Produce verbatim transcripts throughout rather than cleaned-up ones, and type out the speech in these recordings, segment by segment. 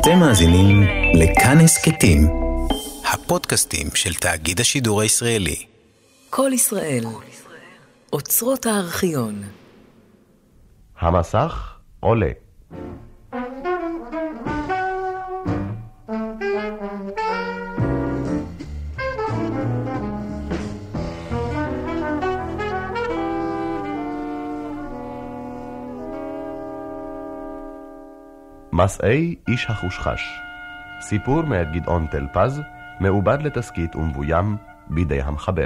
אתם מאזינים לכאן הסכתים, הפודקאסטים של תאגיד השידור הישראלי. כל ישראל, אוצרות הארכיון. המסך עולה. מסעי איש החושחש, סיפור מאת גדעון תל פז, מעובד לתסקית ומבוים בידי המחבר.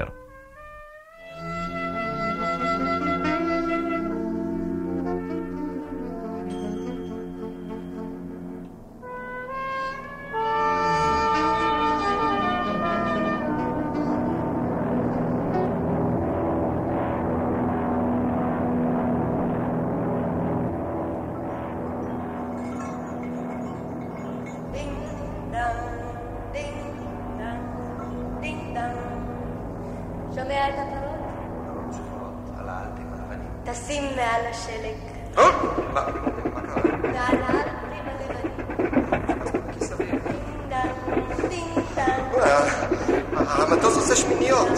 שומע את הפרות? שורות, על האלטים, על הבנים. תשים מעל השלג. מה? מה קרה? ועל האלטים הלבנים. כסביר. דינג דנג, דינג דנג. המטוס עושה שמיניות.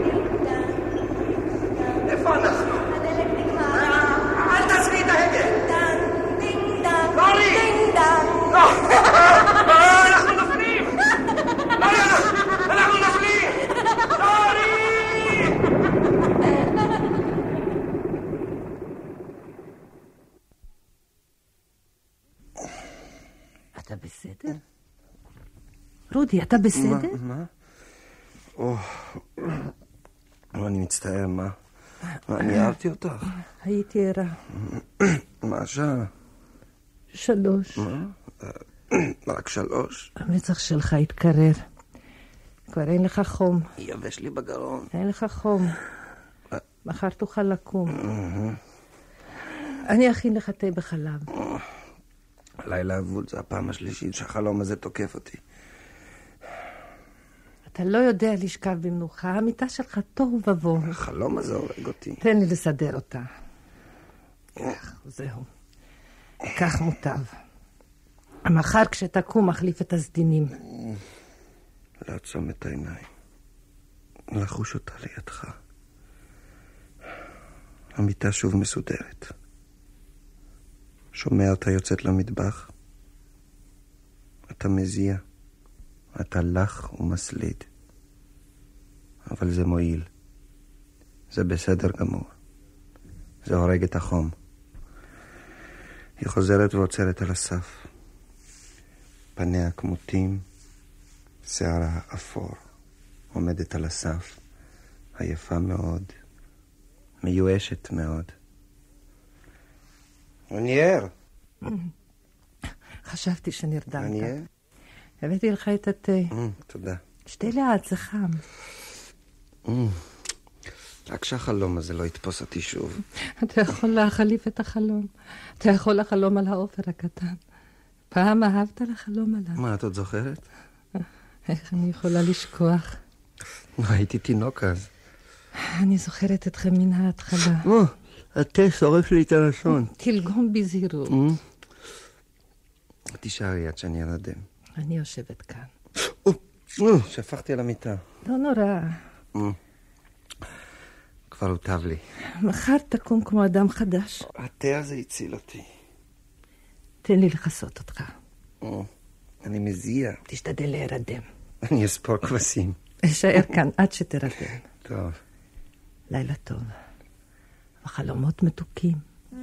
איפה אנחנו? הדלק נגמר. אל תעזבי את ההגה. דנג, דינג דנג, לורי! דינג דנג. אנחנו נפלים! אנחנו נפלים! לורי! אתה בסדר? רודי, אתה בסדר? מה? או, אני מצטער, מה? אני אהבתי אותך. הייתי ערה. מה השעה? שלוש. מה? רק שלוש? המצח שלך התקרר. כבר אין לך חום. יבש לי בגרון. אין לך חום. מחר תוכל לקום. אני אכין לך תה בחלב. לילה אבוד, זה הפעם השלישית שהחלום הזה תוקף אותי. אתה לא יודע לשכב במנוחה. המיטה שלך תוהו ובוהו. החלום הזה הורג אותי. תן לי לסדר אותה. כך, זהו. כך מוטב. מחר כשתקום מחליף את הסדינים. לעצום את העיניים. לחוש אותה לידך. המיטה שוב מסודרת. שומע אותה יוצאת למטבח. אתה מזיע. אתה לח ומסליד. אבל זה מועיל. זה בסדר גמור. זה הורג את החום. היא חוזרת ועוצרת על הסף. פניה כמותים, שערה אפור, עומדת על הסף, עייפה מאוד, מיואשת מאוד. אני ער. חשבתי שנרדמת. אני ער? הבאתי לך את התה. תודה. שתי לאט, זה חם. רק שהחלום הזה לא יתפוס אותי שוב. אתה יכול להחליף את החלום. אתה יכול לחלום על האופר הקטן. פעם אהבת לחלום עליו. מה, את עוד זוכרת? איך אני יכולה לשכוח? הייתי תינוק אז. אני זוכרת אתכם מן ההתחלה. התה שורף לי את הלשון. תלגום בזהירות. תישארי עד שאני ארדם. אני יושבת כאן. שפכתי על המיטה. לא נורא. כבר הוטב לי. מחר תקום כמו אדם חדש. התה הזה הציל אותי. תן לי לחסות אותך. אני מזיע. תשתדל להירדם. אני אספור כבשים. אשאר כאן עד שתרדם. טוב. לילה טוב. וחלומות מתוקים.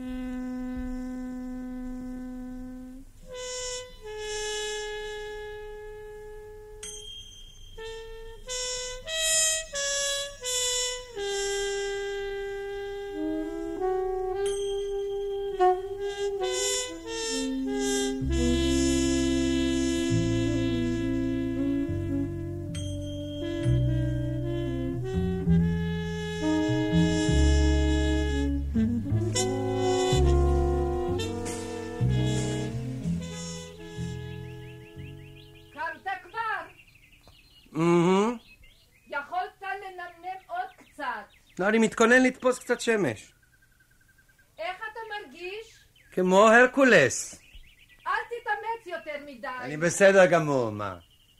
יכולת לנמנם עוד קצת. לא, אני מתכונן לתפוס קצת שמש. איך אתה מרגיש? כמו הרקולס. אל תתאמץ יותר מדי. אני בסדר גמור, מה?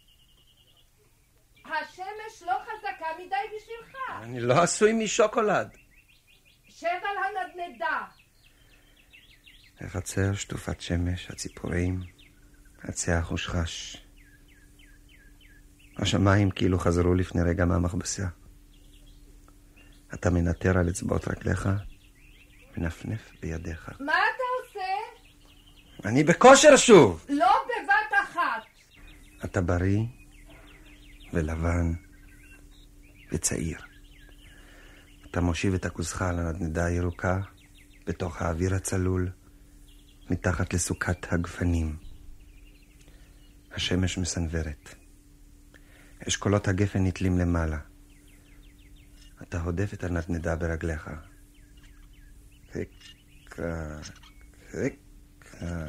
השמש לא חזקה מדי בשבילך. אני לא עשוי משוקולד. שב על הנדנדה. החצר, שטופת שמש, הציפורים, הציח ושחש. השמיים כאילו חזרו לפני רגע מהמכבסה. אתה מנטר על אצבעות רגליך, מנפנף בידיך. מה אתה עושה? אני בכושר שוב! לא בבת אחת. אתה בריא ולבן וצעיר. אתה מושיב את הכוסך על הנדנדה הירוקה, בתוך האוויר הצלול, מתחת לסוכת הגפנים. השמש מסנוורת. אשכולות הגפן נתלים למעלה. אתה הודף את הנדנדה ברגליך. קקה, קקה,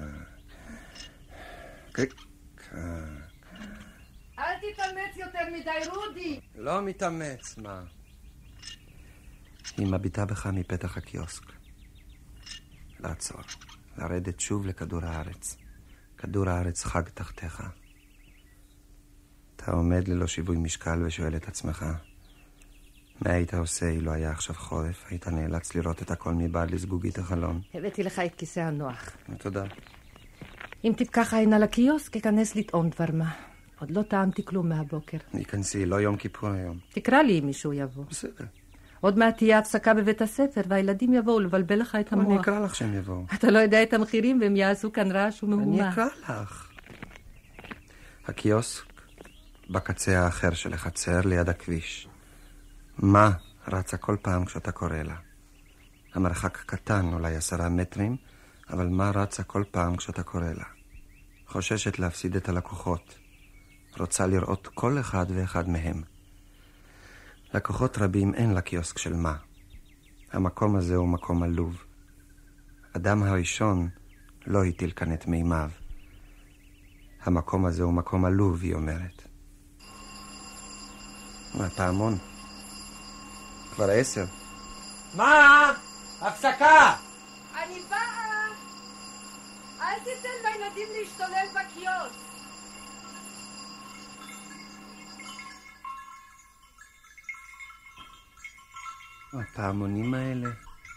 קקה. אל תתאמץ יותר מדי, רודי. לא מתאמץ, מה? היא מביטה בך מפתח הקיוסק. לעצור. לרדת שוב לכדור הארץ. כדור הארץ חג תחתיך. אתה עומד ללא שיווי משקל ושואל את עצמך, מה היית עושה אילו היה עכשיו חורף? היית נאלץ לראות את הכל מבעד לזגוגית החלון. הבאתי לך את כיסא הנוח. תודה. אם תפקח עין על הקיוסק, אכנס לטעום דבר מה. עוד לא טעמתי כלום מהבוקר. ניכנסי, לא יום כיפור היום. תקרא לי אם מישהו יבוא. בסדר. עוד מעט תהיה הפסקה בבית הספר, והילדים יבואו לבלבל לך את המוח. אני אקרא לך שהם יבואו. אתה לא יודע את המחירים והם יעשו כאן רעש ומהומה. אני אקרא לך. הקיוסק בקצה האחר של החצר ליד הכביש. מה רצה כל פעם כשאתה קורא לה? המרחק קטן, אולי עשרה מטרים, אבל מה רצה כל פעם כשאתה קורא לה? חוששת להפסיד את הלקוחות. רוצה לראות כל אחד ואחד מהם. לקוחות רבים אין לקיוסק של מה. המקום הזה הוא מקום עלוב. אדם הראשון לא הטיל כאן את מימיו. המקום הזה הוא מקום עלוב, היא אומרת. מה, פעמון? כבר עשר. מה? הפסקה! אני באה! אל תיתן לילדים להשתולל בקיוסק. הפעמונים האלה.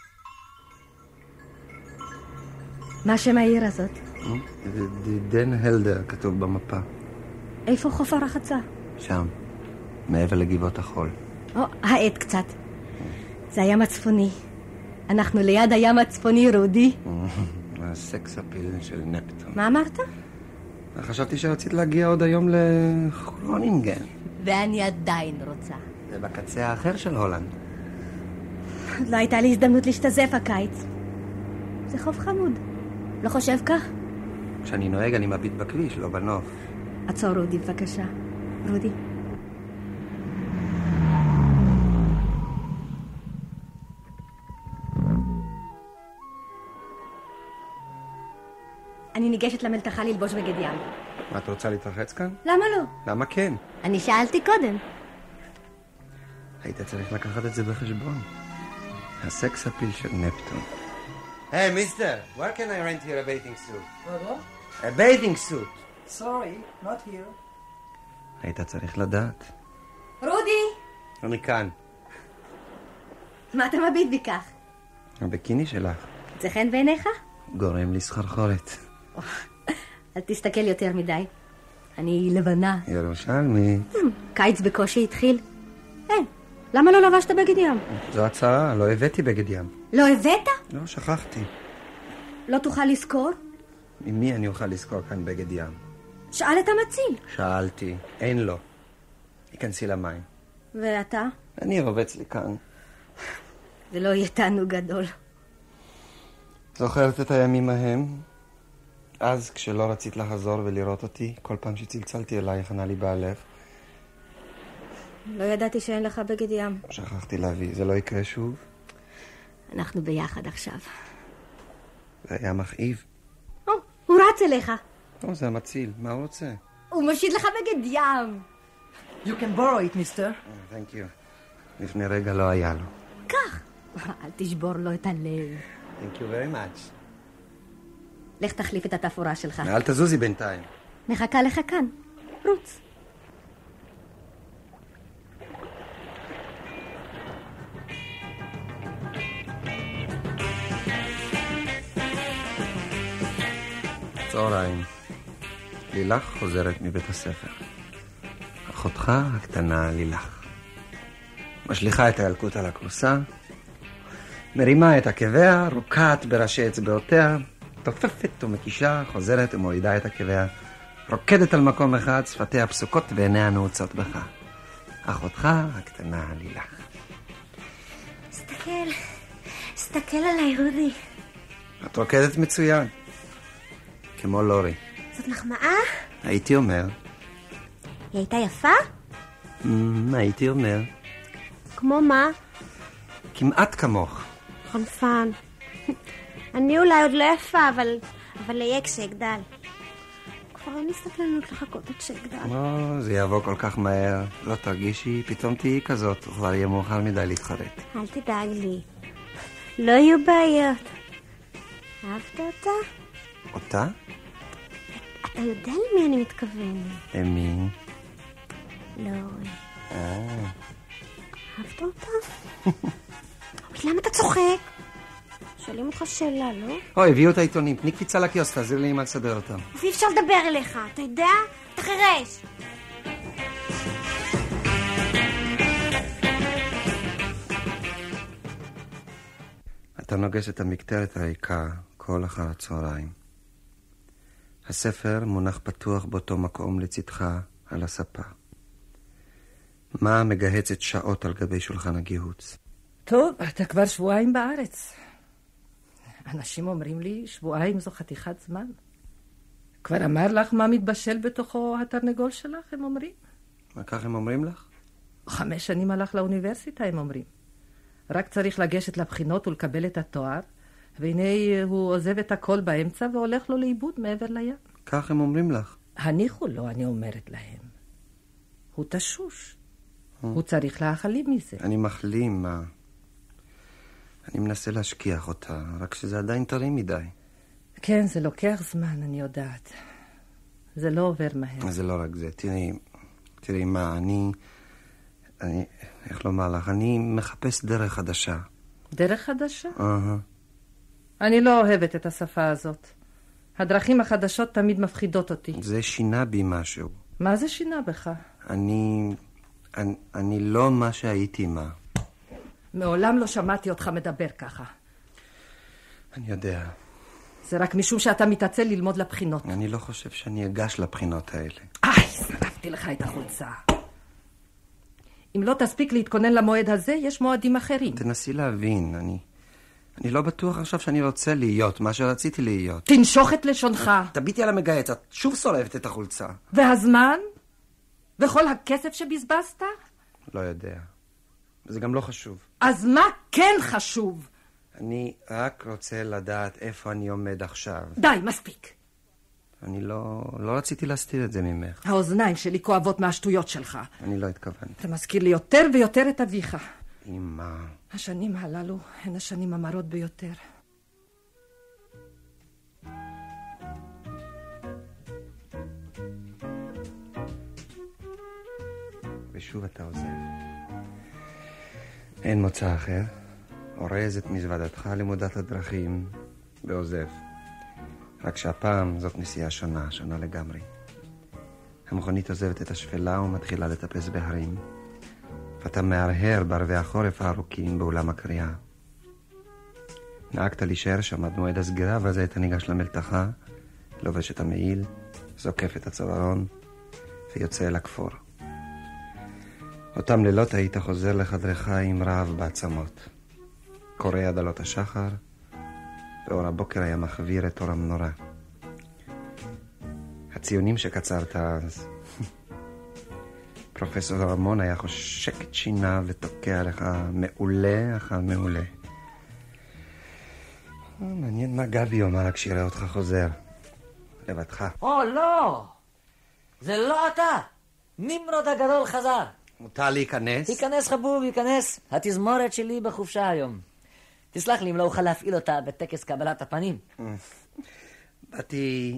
מה שם העיר הזאת? דן הלדר כתוב במפה. איפה חוף הרחצה? שם, מעבר לגבעות החול. או, העט קצת. זה הים הצפוני. אנחנו ליד הים הצפוני, רודי. הסקס אפיל של נפטון. מה אמרת? חשבתי שרצית להגיע עוד היום לכרונינגן. ואני עדיין רוצה. זה בקצה האחר של הולנד. לא הייתה לי הזדמנות להשתזף הקיץ. זה חוף חמוד. לא חושב כך? כשאני נוהג אני מביט בכביש, לא בנוף. עצור רודי, בבקשה. רודי. אני ניגשת למלתחה ללבוש בגד ים. מה, את רוצה להתרחץ כאן? למה לא? למה כן? אני שאלתי קודם. היית צריך לקחת את זה בחשבון. הסקס אפיל של נפטון. היי, מיסטר, where can I rent here a bathing suit? What? A bathing suit. Sorry, not here. היית צריך לדעת. רודי! אני כאן. מה אתה מביט בי כך? הביקיני שלך. זה חן בעיניך? גורם לי סחרחורת. אל תסתכל יותר מדי. אני לבנה. ירושלמי. קיץ בקושי התחיל. אין, למה לא לבשת בגד ים? זו הצעה, לא הבאתי בגד ים. לא הבאת? לא, שכחתי. לא תוכל לזכור? עם מי אני אוכל לזכור כאן בגד ים? שאל את המציל. שאלתי, אין לו. היכנסי למים. ואתה? אני רובץ לי כאן. זה לא יהיה תענוג גדול. זוכרת את הימים ההם? אז כשלא רצית לחזור ולראות אותי, כל פעם שצלצלתי אלייך ענה לי בעלך. לא ידעתי שאין לך בגד ים. שכחתי להביא, זה לא יקרה שוב? אנחנו ביחד עכשיו. זה היה מכאיב. או, הוא רץ אליך. או, זה המציל, מה הוא רוצה? הוא מושיט לך בגד ים. You can borrow it, mister. Thank you. לפני רגע לא היה לו. כך. אל תשבור לו את הלב. Thank you very much. לך תחליף את התפאורה שלך. אל תזוזי בינתיים. מחכה לך כאן. רוץ. צהריים. לילך חוזרת מבית הספר. אחותך הקטנה לילך. משליחה את הילקוט על הכורסה, מרימה את עקביה, רוקעת בראשי אצבעותיה, תופפת ומקישה, חוזרת ומורידה את עקביה, רוקדת על מקום אחד, שפתיה פסוקות ועיניה נעוצות בך. אחותך הקטנה לילך. סתכל, סתכל עליי רודי. את רוקדת מצוין. כמו לורי. זאת מחמאה? הייתי אומר. היא הייתה יפה? Mm, הייתי אומר. כמו מה? כמעט כמוך. חנפן. אני אולי עוד לא יפה, אבל אבל אהיה כשאגדל. כבר אין לי סבלנות לחכות עד שאגדל. לא, זה יבוא כל כך מהר. לא תרגישי, פתאום תהיי כזאת, כבר יהיה מאוחר מדי להתחרט. אל תדאג לי. לא יהיו בעיות. אהבת אותה? אותה? אתה יודע למי אני מתכוונת. למי? לא. אה. אהבת אותה? למה אתה צוחק? שואלים אותך שאלה, לא? אוי, הביאו את העיתונים. תני קפיצה לקיוסק, תעזיר לי מה לסדר אותם. ואי אפשר לדבר אליך, אתה יודע? אתה חרש. אתה נוגש את המקטרת הריקה כל אחר הצהריים. הספר מונח פתוח באותו מקום לצדך על הספה. מה מגהצת שעות על גבי שולחן הגיהוץ? טוב, אתה כבר שבועיים בארץ. אנשים אומרים לי, שבועיים זו חתיכת זמן. כבר אמר לך מה מתבשל בתוכו התרנגול שלך, הם אומרים? מה כך הם אומרים לך? חמש שנים הלך לאוניברסיטה, הם אומרים. רק צריך לגשת לבחינות ולקבל את התואר, והנה הוא עוזב את הכל באמצע והולך לו לאיבוד מעבר לים. כך הם אומרים לך. הניחו לו, אני אומרת להם. הוא תשוש. הוא צריך להחלים מזה. אני מחלים, מה? אני מנסה להשכיח אותה, רק שזה עדיין טרי מדי. כן, זה לוקח זמן, אני יודעת. זה לא עובר מהר. זה לא רק זה. תראי, תראי מה, אני... אני... איך לומר לך? אני מחפש דרך חדשה. דרך חדשה? אהה. אני לא אוהבת את השפה הזאת. הדרכים החדשות תמיד מפחידות אותי. זה שינה בי משהו. מה זה שינה בך? אני... אני, אני לא מה שהייתי, מה. מעולם לא שמעתי אותך מדבר ככה. אני יודע. זה רק משום שאתה מתעצל ללמוד לבחינות. אני לא חושב שאני אגש לבחינות האלה. איי, שרפתי לך את החולצה. אם לא תספיק להתכונן למועד הזה, יש מועדים אחרים. תנסי להבין, אני... אני לא בטוח עכשיו שאני רוצה להיות מה שרציתי להיות. תנשוך את לשונך. תביטי על המגהץ, את שוב שורפת את החולצה. והזמן? וכל הכסף שבזבזת? לא יודע. זה גם לא חשוב. אז מה כן חשוב? אני רק רוצה לדעת איפה אני עומד עכשיו. די, מספיק. אני לא, לא רציתי להסתיר את זה ממך. האוזניים שלי כואבות מהשטויות שלך. אני לא התכוונתי. אתה מזכיר לי יותר ויותר את אביך. אמא. השנים הללו הן השנים המרות ביותר. ושוב אתה עוזב. אין מוצא אחר. אורז את מזוודתך למודת הדרכים ועוזב. רק שהפעם זאת נסיעה שונה, שונה לגמרי. המכונית עוזבת את השפלה ומתחילה לטפס בהרים. ואתה מהרהר בערבי החורף הארוכים באולם הקריאה. נהגת להישאר שם עד מועד הסגירה, ואז היית ניגש למלתחה, לובש את המעיל, זוקף את הצווארון, ויוצא אל הכפור. אותם לילות היית חוזר לחדרך עם רעב בעצמות. קורא עד עלות השחר, ואור הבוקר היה מחוויר את אור המנורה. הציונים שקצרת אז... פרופסור רמון היה חושק את שינה ותוקע לך מעולה אחר מעולה. מעניין מה גבי יאמר רק שיראה אותך חוזר. לבדך. או, לא! זה לא אתה! נמרוד הגדול חזר. מותר להיכנס? ייכנס חבוב, ייכנס. התזמורת שלי בחופשה היום. תסלח לי אם לא אוכל להפעיל אותה בטקס קבלת הפנים. באתי...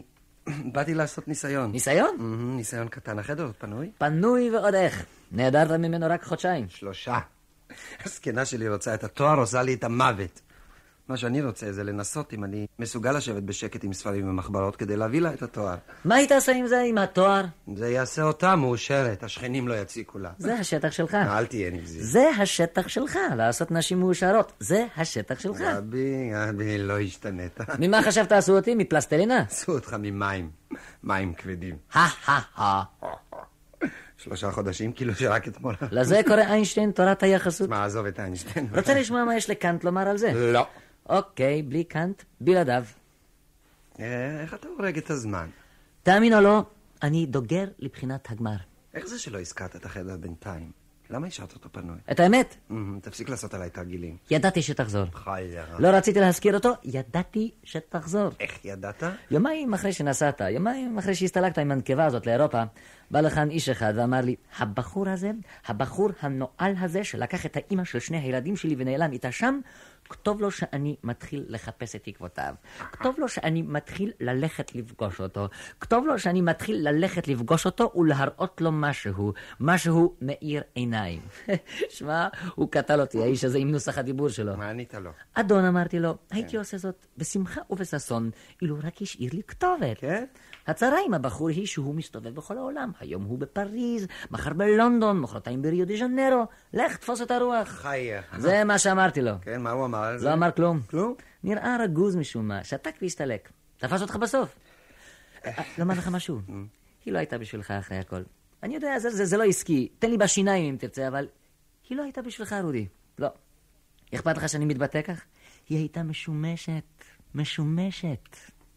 באתי לעשות ניסיון. ניסיון? Mm-hmm, ניסיון קטן. החדר עוד פנוי? פנוי ועוד איך. נהדרת ממנו רק חודשיים. שלושה. הסכנה שלי רוצה את התואר, עושה לי את המוות. מה שאני רוצה זה לנסות אם אני מסוגל לשבת בשקט עם ספרים ומחברות כדי להביא לה את התואר. מה היא תעשה עם זה, עם התואר? זה יעשה אותה מאושרת, השכנים לא יציקו לה. זה השטח שלך. אל תהיה נבזי. זה השטח שלך, לעשות נשים מאושרות. זה השטח שלך. אבי, אבי, לא השתנית. ממה חשבת עשו אותי? מפלסטלינה? עשו אותך ממים, מים כבדים. הא-הא-הא. שלושה חודשים, כאילו שרק אתמול. לזה קורא איינשטיין תורת היחסות. מה, עזוב את איינשטיין. רוצה לשמוע מה יש לקאנט לומר על זה? לא. אוקיי, בלי קאנט, בלעדיו. איך אתה הורג את הזמן? תאמין או לא, אני דוגר לבחינת הגמר. איך זה שלא הזכרת את החדר בינתיים? למה השארת אותו פנוי? את האמת? תפסיק לעשות עליי תרגילים. ידעתי שתחזור. חיה. לא רציתי להזכיר אותו, ידעתי שתחזור. איך ידעת? יומיים אחרי שנסעת, יומיים אחרי שהסתלקת עם הנקבה הזאת לאירופה, בא לכאן איש אחד ואמר לי, הבחור הזה, הבחור הנועל הזה שלקח את האמא של שני הילדים שלי ונעלם איתה שם, כתוב לו שאני מתחיל לחפש את עקבותיו. כתוב לו שאני מתחיל ללכת לפגוש אותו. כתוב לו שאני מתחיל ללכת לפגוש אותו ולהראות לו משהו. משהו מאיר עיניים. שמע, הוא קטל אותי, האיש הזה עם נוסח הדיבור שלו. מה ענית לו? אדון, אמרתי לו, הייתי עושה זאת בשמחה ובששון, אילו רק השאיר לי כתובת. כן? הצרה עם הבחור היא שהוא מסתובב בכל העולם. היום הוא בפריז, מחר בלונדון, מחרתיים בריו דה ז'נרו. לך תפוס את הרוח. חיה. זה מה שאמרתי לו. כן, מה הוא אמר על זה? לא אמר כלום. כלום? נראה רגוז משום מה, שתק והסתלק. תפס אותך בסוף. לומר לך משהו, היא לא הייתה בשבילך אחרי הכל. אני יודע, זה, זה, זה לא עסקי. תן לי בשיניים אם תרצה, אבל היא לא הייתה בשבילך, רודי. לא. אכפת לך שאני מתבטא כך? היא הייתה משומשת. משומשת.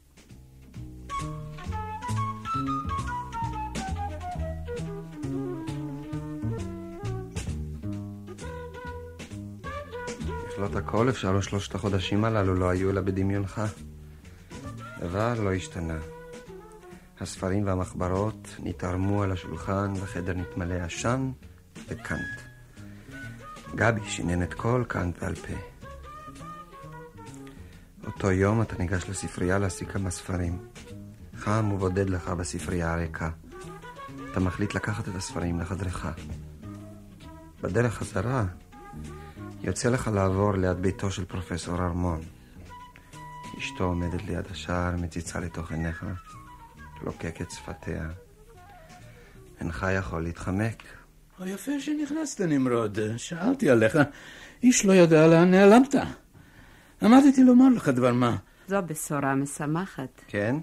לכלות הכל אפשר לו שלושת החודשים הללו לא היו אלא בדמיונך. דבר לא השתנה. הספרים והמחברות נתערמו על השולחן וחדר נתמלא עשן וקאנט. גבי שינן את כל קאנט ועל פה. אותו יום אתה ניגש לספרייה להשיג כמה ספרים. חם ובודד לך בספרייה הריקה. אתה מחליט לקחת את הספרים לחדרך. בדרך חזרה יוצא לך לעבור ליד ביתו של פרופסור ארמון. אשתו עומדת ליד השער, מציצה לתוך עיניך, לוקקת שפתיה. אינך יכול להתחמק. יפה שנכנסת, נמרוד. שאלתי עליך. איש לא ידע לאן נעלמת. עמדתי לומר לך דבר מה. זו בשורה משמחת. כן?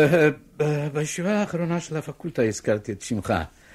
בישיבה האחרונה של הפקולטה הזכרתי את שמך.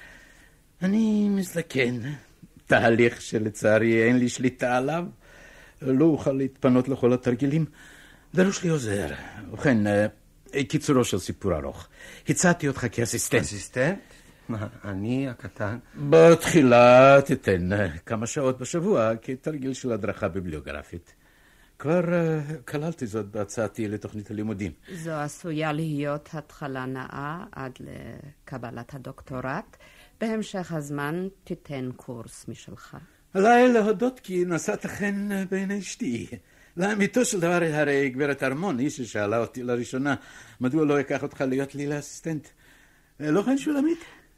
אני מזדקן. תהליך שלצערי אין לי שליטה עליו. לא אוכל להתפנות לכל התרגילים. דרוש לי עוזר. ובכן, קיצורו של סיפור ארוך. הצעתי אותך כאסיסטנט. אסיסטנט? מה, אני הקטן? בתחילה תיתן כמה שעות בשבוע כתרגיל של הדרכה ביבליוגרפית. כבר uh, כללתי זאת בהצעתי לתוכנית הלימודים. זו עשויה להיות התחלה נאה עד לקבלת הדוקטורט. בהמשך הזמן תיתן קורס משלך. עליי להודות כי נשאת חן בעיני אשתי. לאמיתו של דבר הרי גברת ארמון היא ששאלה אותי לראשונה מדוע לא אקח אותך להיות לי לאסיסטנט. לא כן שולמית?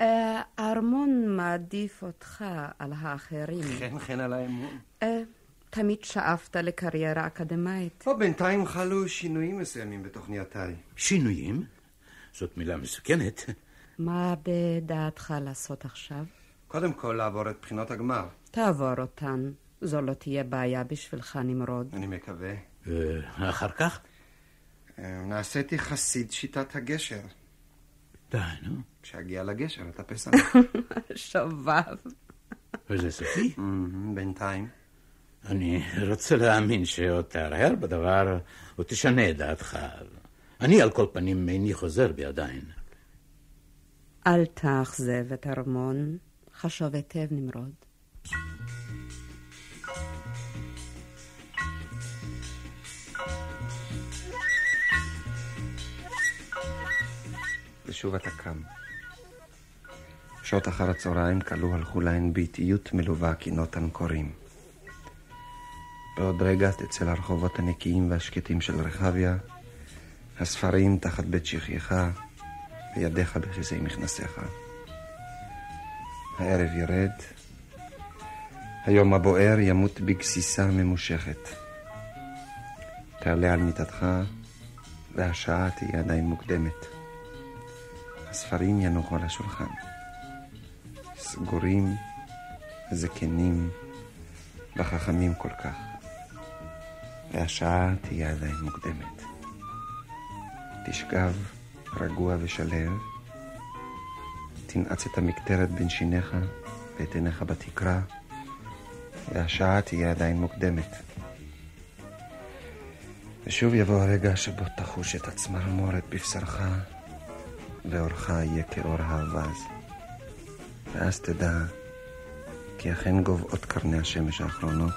ארמון מעדיף אותך על האחרים. כן, כן על האמון. תמיד שאפת לקריירה אקדמית. פה בינתיים חלו שינויים מסוימים בתוכניותיי. שינויים? זאת מילה מסוכנת. מה בדעתך לעשות עכשיו? קודם כל לעבור את בחינות הגמר. תעבור אותן. זו לא תהיה בעיה בשבילך, נמרוד. אני מקווה. ואחר כך? נעשיתי חסיד שיטת הגשר. די, נו. כשהגיע לגשר, אתה פסע. שובב. וזה סופי? בינתיים. אני רוצה להאמין שעוד תערער בדבר ותשנה את דעתך. אני על כל פנים איני חוזר בי עדיין. אל תאכזב את ארמון. חשוב היטב, נמרוד. ושוב אתה קם. שעות אחר הצהריים כלו הלכו להן באיטיות מלווה קינות הנקורים. בעוד רגע תצא לרחובות הנקיים והשקטים של רחביה, הספרים תחת בית שכייך, וידיך בכיסי מכנסיך. הערב ירד, היום הבוער ימות בגסיסה ממושכת. תעלה על מיטתך, והשעה תהיה עדיין מוקדמת. הספרים ינוחו על השולחן. סגורים, זקנים וחכמים כל כך. והשעה תהיה עדיין מוקדמת. תשכב רגוע ושלב, תנעץ את המקטרת בין שיניך ואת עיניך בתקרה, והשעה תהיה עדיין מוקדמת. ושוב יבוא הרגע שבו תחוש את הצמרמורת בבשרך, ואורך יהיה כאור האבז. ואז תדע כי אכן גובעות קרני השמש האחרונות,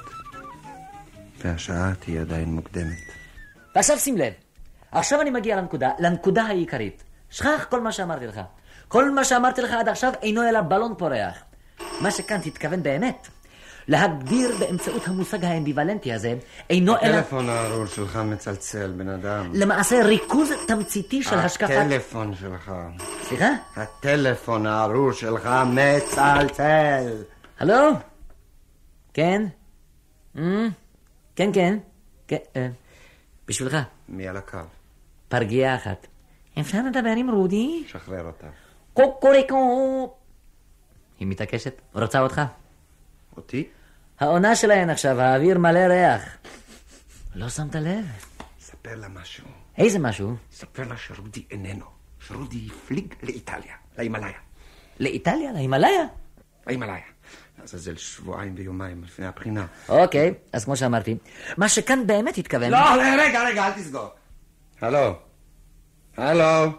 והשעה תהיה עדיין מוקדמת. ועכשיו שים לב, עכשיו אני מגיע לנקודה, לנקודה העיקרית. שכח כל מה שאמרתי לך. כל מה שאמרתי לך עד עכשיו אינו אלא בלון פורח. מה שכאן תתכוון באמת, להגדיר באמצעות המושג האמביוולנטי הזה, אינו אלא... הטלפון הארור שלך מצלצל, בן אדם. למעשה ריכוז תמציתי של השקפת... הטלפון שלך. סליחה? הטלפון הארור שלך מצלצל. הלו? כן? Mm? כן, כן. כן. Uh, בשבילך. מי על הקו? פרגיעה אחת. אפשר לדבר עם רודי? שחרר אותה. קוקוריקו. היא מתעקשת. רוצה אותך? אותי? העונה שלהן עכשיו, האוויר מלא ריח. לא שמת לב? ספר לה משהו. איזה משהו? ספר לה שרודי איננו. שרודי יפליג לאיטליה, להימלאיה. לאיטליה? להימלאיה? להימלאיה. אז זה שבועיים ויומיים לפני הבחינה. אוקיי, אז כמו שאמרתי, מה שכאן באמת התכוון... לא, רגע, רגע, אל תסגור. הלו? הלו?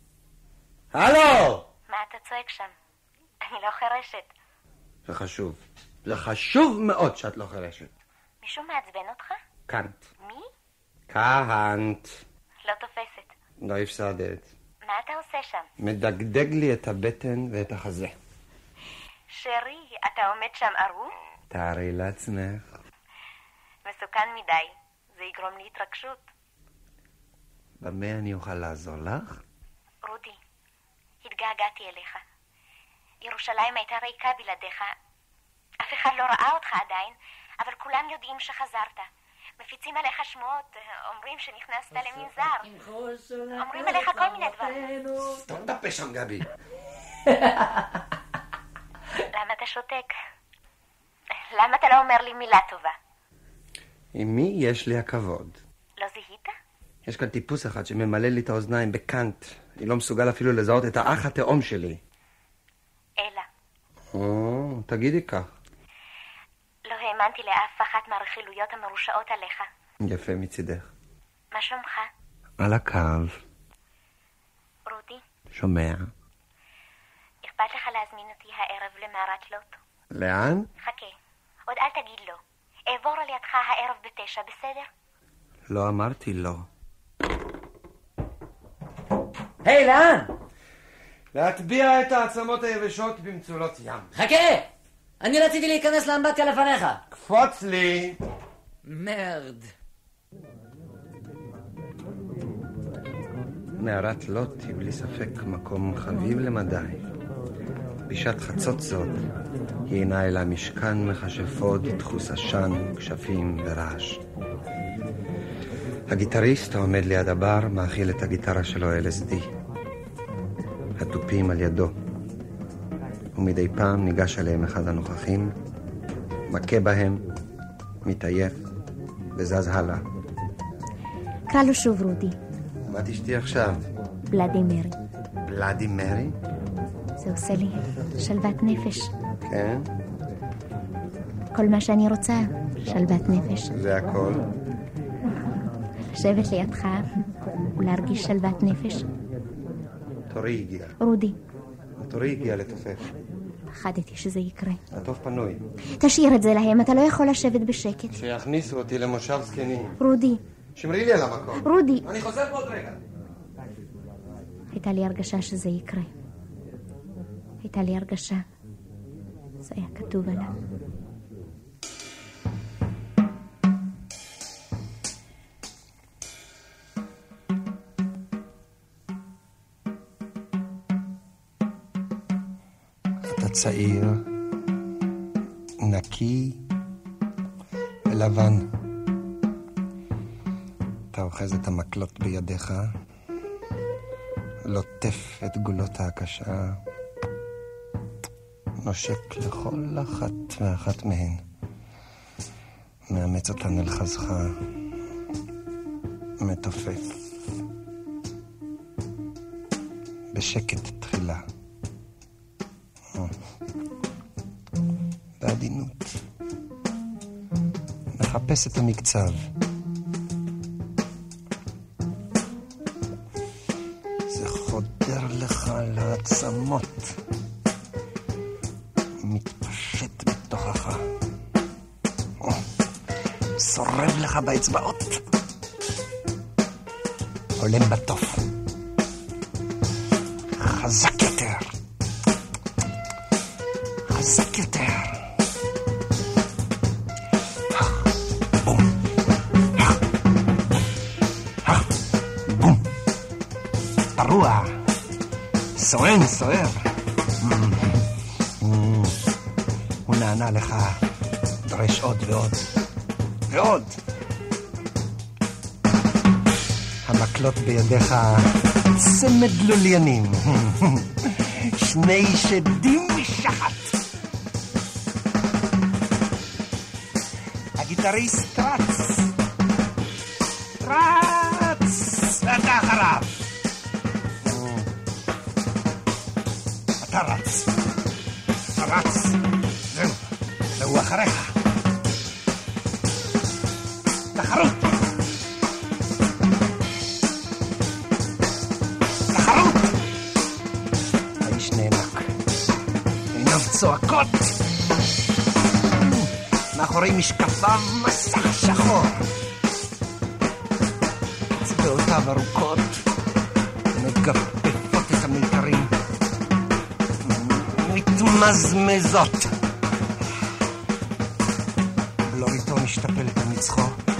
הלו? מה אתה צועק שם? אני לא חרשת. זה חשוב. זה חשוב מאוד שאת לא חרשת. מישהו מעצבן אותך? קאנט. מי? קאנט. לא תופסת. לא הפסדת. מה אתה עושה שם? מדגדג לי את הבטן ואת החזה. שרי, אתה עומד שם ערוב? תארי לעצמך. מסוכן מדי. זה יגרום לי התרגשות. במה אני אוכל לעזור לך? רודי, התגעגעתי אליך. ירושלים הייתה ריקה בלעדיך. אף אחד לא ראה אותך עדיין, אבל כולם יודעים שחזרת. מפיצים עליך שמועות, אומרים שנכנסת למנזר. אומרים עליך כל מיני דברים. סתום את הפה שם, גבי. למה אתה שותק? למה אתה לא אומר לי מילה טובה? עם מי יש לי הכבוד? לא זיהית? יש כאן טיפוס אחד שממלא לי את האוזניים בקאנט. אני לא מסוגל אפילו לזהות את האח התאום שלי. אלה. או, תגידי כך. לא האמנתי לאף אחת מהרכילויות המרושעות עליך. יפה מצידך. מה שלומך? על הקו. רודי? שומע. אכפת לך להזמין אותי הערב למערת לוטו? לאן? חכה, עוד אל תגיד לא. אעבור על ידך הערב בתשע, בסדר? לא אמרתי לא. היי, לאן? להטביע את העצמות היבשות במצולות ים. חכה! אני רציתי להיכנס לאמבטיה לפניך. קפוץ לי. מרד. מערת לוט היא בלי ספק מקום חביב למדי. בשעת חצות זאת היא אינה אלה משכן מכשפות, דחוס עשן, כשפים ורעש. הגיטריסט העומד ליד הבר מאכיל את הגיטרה שלו אל אס די. התופים על ידו. ומדי פעם ניגש עליהם אחד הנוכחים, מכה בהם, מתעייף וזז הלאה. קרא לו שוב רודי. מה תשתי עכשיו? בלאדי מרי. בלאדי מרי? זה עושה לי שלוות נפש. כן? כל מה שאני רוצה, שלוות נפש. זה הכל? לשבת לידך ולהרגיש שלוות נפש. תורי הגיע. רודי. תורי הגיע לתופף. פחדתי שזה יקרה. הטוב פנוי. תשאיר את זה להם, אתה לא יכול לשבת בשקט. שיכניסו אותי למושב זקנים. רודי. שמרי לי על המקום. רודי. אני חוזר בעוד רגע. הייתה לי הרגשה שזה יקרה. הייתה לי הרגשה. זה היה כתוב עליו. אתה צעיר, נקי ולבן. אתה אוחז את המקלות בידיך, לוטף את גולות ההקשה, נושק לכל אחת ואחת מהן, מאמץ אותן אל חזך, מתופף בשקט תחילה, בעדינות מחפש את המקצב. זה חודר לך לעצמות, מתפשט בתוכך, שורב לך באצבעות, עולם בטוף, חזק יותר, חזק יותר. בום, בום, פרוע, סואן, סוער. הוא נענה לך, דרש עוד ועוד ועוד. המקלות בידיך צמד לוליינים, שני שדים משחת. הגיטריסט רץ, רץ, ואתה אחריו. אתה רץ, אתה רץ, זהו, והוא אחריך. תחרות, תחרות. האיש נאנק, עיניו צועקות, מאחורי משקפיו מסך שחור, אצבעותיו ארוכות מגפפות את המיתרים, מתמזמזות. בלוריתו משתפל במצחו,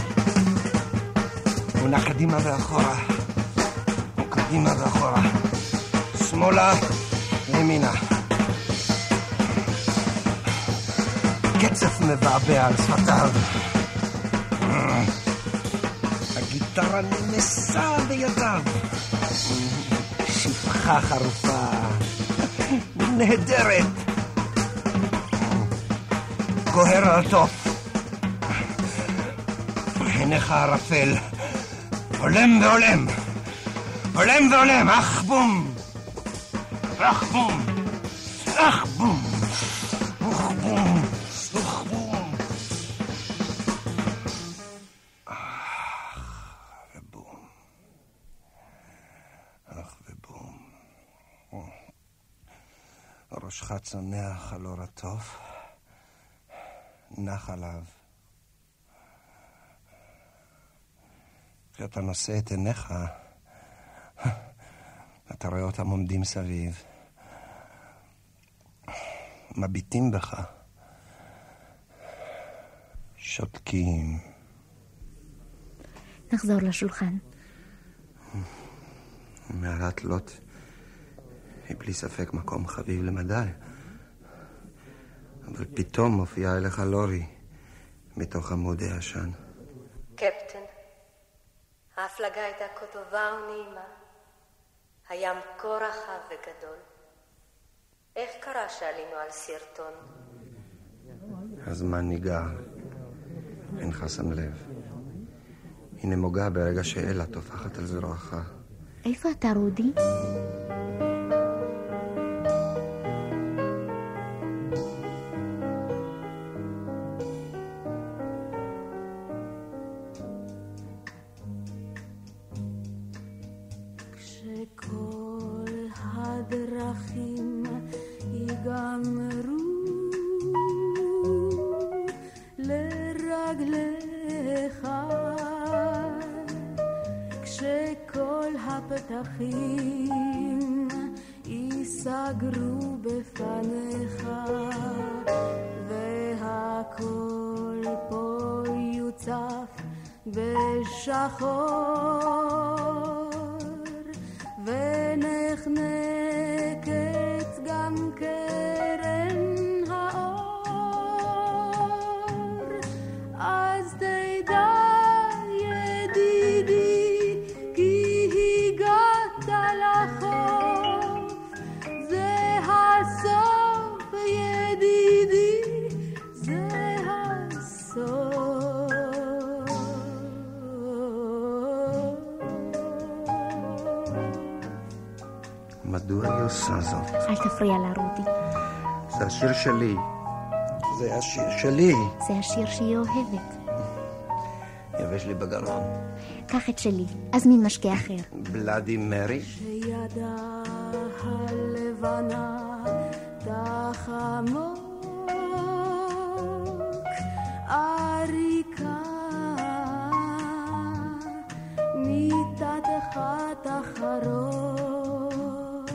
הוא נע קדימה ואחורה, קדימה ואחורה, שמאלה וימינה. קצף מבעבע על שפתיו, הגיטרה נמסה בידיו, שפחה חרופה נהדרת, גוהר על טוף, עיניך ערפל, עולם ועולם, עולם ועולם, אך בום, אך בום, אך בום, אך בום, אך בום, אך ובום, אך ובום. ראשך צונח על אור הטוב, נח עליו. כשאתה נושא את עיניך, אתה רואה אותם עומדים סביב, מביטים בך, שותקים. נחזור לשולחן. מערת לוט היא בלי ספק מקום חביב למדי, אבל פתאום מופיעה אליך לורי מתוך עמודי עשן. קפטן, ההפלגה הייתה כה טובה ונעימה, הים כה רחב וגדול. איך קרה שעלינו על סרטון? הזמן ניגע, אינך שם לב. היא נמוגה ברגע שאלה תופחת על זרועך. איפה אתה, רודי? כשכל הדרכים ייגמרו לרגליך, כשכל הפתחים ייסגרו בפניך, והכל פה יוצף בשחור, ונחנקת גם קרן עושה זאת? אל תפריע לה, רודי. זה השיר שלי. זה השיר שלי. זה השיר שהיא אוהבת. יבש לי בגרון. קח את שלי, הזמין משקה אחר. בלאדי מרי? שידה הלבנה תחמוק אריקה מיטתך תחרוק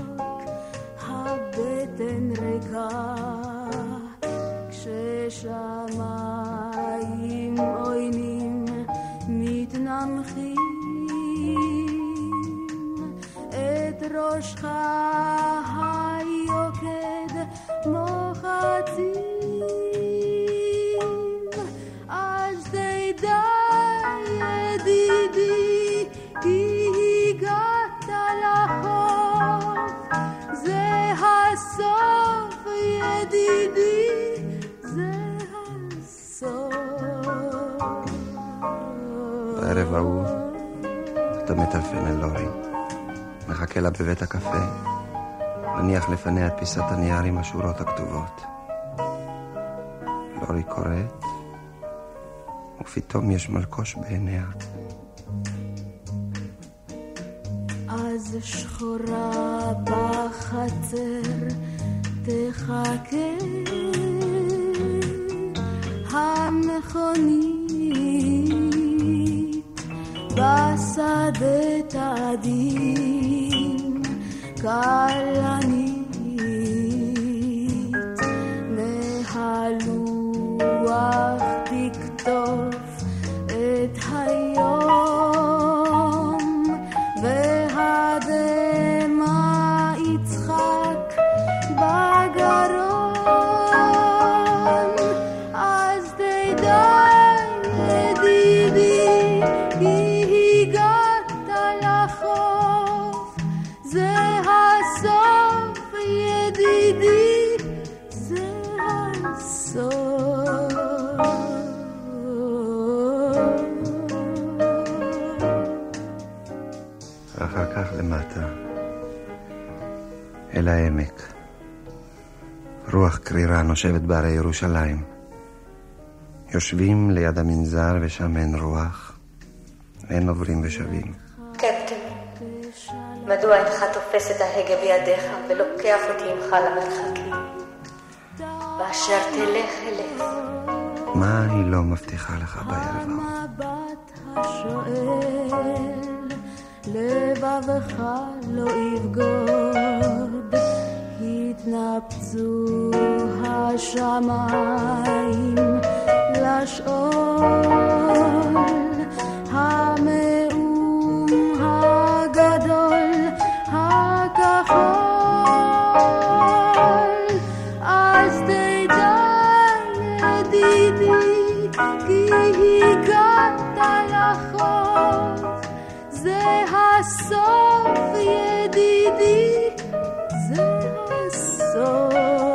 הבטן ריקה כששמיים עוינים מתנמכים את ראשך היוקד מוחצים אז תדע ידידי כי הגעת לחוף זה הסוף ידידי זה הסוף. בערב ההוא אתה מטלפן אל לורי, מחכה לה בבית הקפה, מניח לפניה את פיסת הנייר עם השורות הכתובות. לורי קוראת, ופתאום יש מלקוש בעיניה. אז שחורה בחצר תחכה המכונית בשדה תעדים כלנית מהלוח תכתוב את היום והדמע יצחק בגרון אז תדע ידידי כי הגעת לחוף זה הסוף ידידי זה הסוף. אחר כך למטה אל העמק, רוח קרירה נושבת בערי ירושלים. יושבים ליד המנזר ושם אין רוח, אין עוברים ושבים. קפטן, מדוע אינך תופס את ההגה בידיך ולוקח אותי עמך למרחקים? באשר תלך אלך. מה היא לא מבטיחה לך בערב ההוא? המבט השואל לבבך לא יבגוד התנפצו השמיים לשאול המאום הגדול הכחול אז תדע ידידי כי הגעת לחוף זה הסוף ידידי זה הסוף.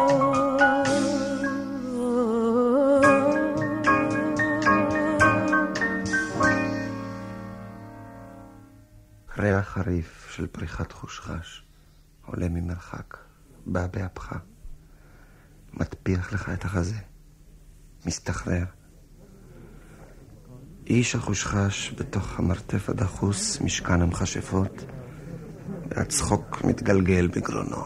ריח חריף של פריחת חושחש עולה ממרחק, בא באפך, מטפיח לך את החזה, מסתחרר. איש החושחש בתוך המרתף הדחוס, משכן המכשפות, והצחוק מתגלגל בגרונו.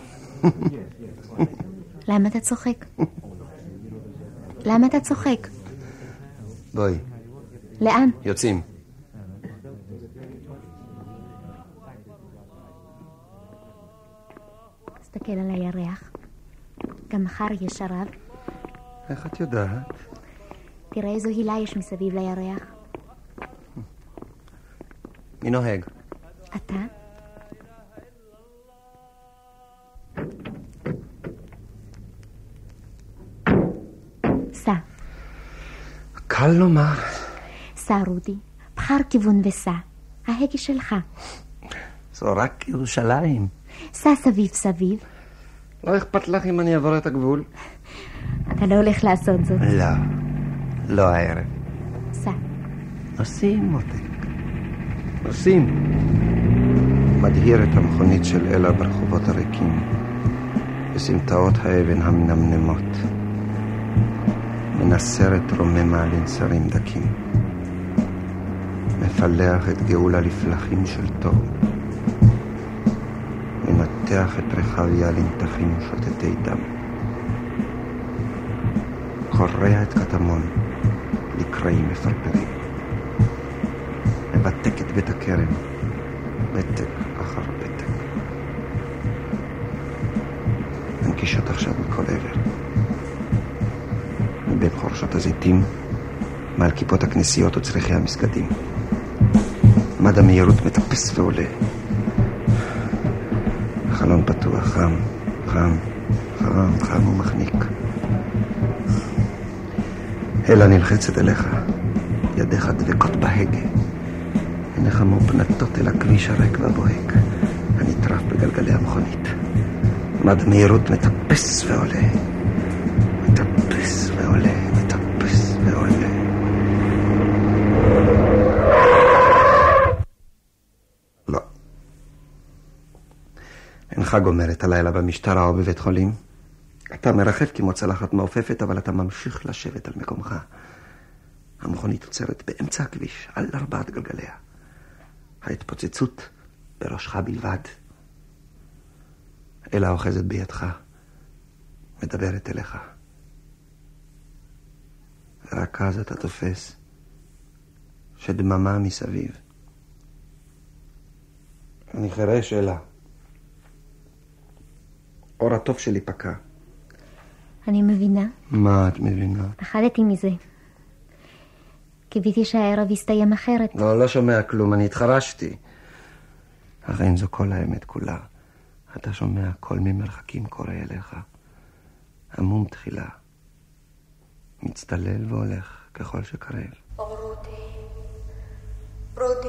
למה אתה צוחק? למה אתה צוחק? בואי. לאן? יוצאים. תסתכל על הירח. גם מחר יש שרב. איך את יודעת? תראה איזו הילה יש מסביב לירח. מי נוהג? אתה? סע. קל לומר. סע רודי, בחר כיוון וסע. ההגה שלך. זו רק ירושלים. סע סביב סביב. לא אכפת לך אם אני אעבור את הגבול? אתה לא הולך לעשות זאת. לא, לא הערב. סע. נוסעים מותק. נוסעים. מדהיר את המכונית של אלה ברחוב הרחובות הריקים, בסמטאות האבן המנמנמות, מנסרת רוממה לנסרים דקים, מפלח את גאולה לפלחים של טוב, מנתח את רחביה לנתחים שוטטי דם, קורע את קטמון לקרעים מפרפרים, מבטק את בית הכרם, בטק אחר בטק. מנקישות עכשיו מכל עבר, מבין חורשות הזיתים, מעל כיפות הכנסיות וצריחי המסגדים. מד המהירות מטפס ועולה. החלון פתוח, חם, חם, חם, חם ומחניק. אלה נלחצת אליך, ידיך דבקות בהגה. עיניך מופנתות אל הכביש הריק והבוהק, הנטרף בגלגלי המכונית. מד המהירות מטפס ועולה. מטפס ועולה, מטפס ועולה. לא. אינך גומר את הלילה במשטרה או בבית חולים. אתה מרחב כמו צלחת מעופפת, אבל אתה ממשיך לשבת על מקומך. המכונית עוצרת באמצע הכביש, על ארבעת גלגליה. ההתפוצצות בראשך בלבד. אלה אוחזת בידך, מדברת אליך. ורק אז אתה תופס שדממה מסביב. אני חרש אלה. אור הטוב שלי פקע. אני מבינה. מה את מבינה? פחדתי מזה. קיוויתי שהערב יסתיים אחרת. לא, לא שומע כלום, אני התחרשתי. הרי אם זו כל האמת כולה, אתה שומע קול ממרחקים קורא אליך. עמום תחילה. מצטלל והולך ככל שקרב. רודי, רודי,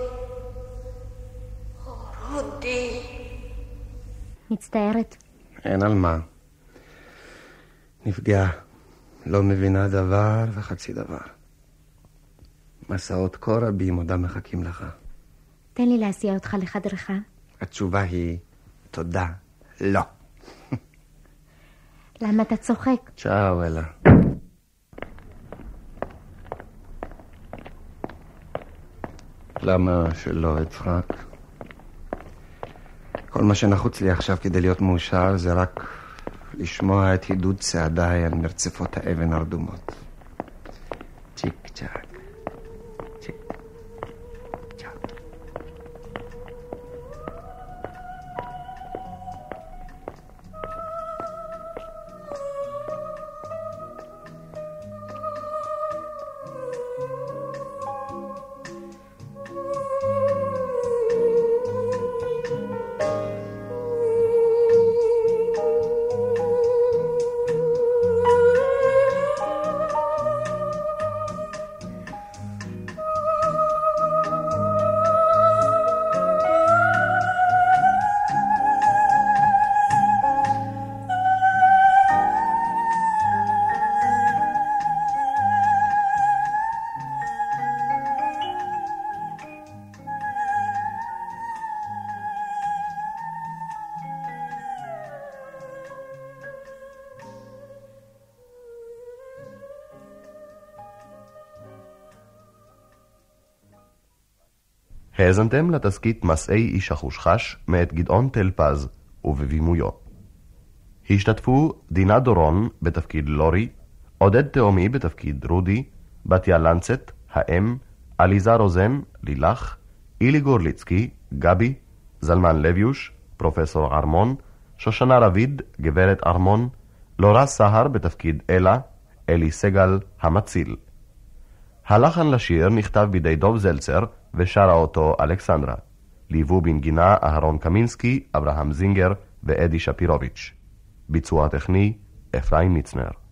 רודי. מצטערת. אין על מה. נפגעה. לא מבינה דבר וחצי דבר. מסעות כה רבים עודם מחכים לך. תן לי להסיע אותך לחדרך. התשובה היא תודה, לא. למה אתה צוחק? צ'או אלה. למה שלא אצחק? כל מה שנחוץ לי עכשיו כדי להיות מאושר זה רק לשמוע את הידוד צעדיי על מרצפות האבן הרדומות. צ'יק צ'ק. צ'יק צ'ק. האזנתם לתסקית מסעי איש החושחש מאת גדעון תל פז ובבימויו. השתתפו דינה דורון בתפקיד לורי, עודד תאומי בתפקיד רודי, בתיה לנצט, האם, עליזה רוזן, לילך, אילי גורליצקי, גבי, זלמן לביוש, פרופסור ארמון, שושנה רביד, גברת ארמון, לורה סהר בתפקיד אלה, אלי סגל, המציל. הלחן לשיר נכתב בידי דוב זלצר ושרה אותו אלכסנדרה. ליוו בנגינה אהרון קמינסקי, אברהם זינגר ואדי שפירוביץ'. ביצוע טכני אפרים מצנר.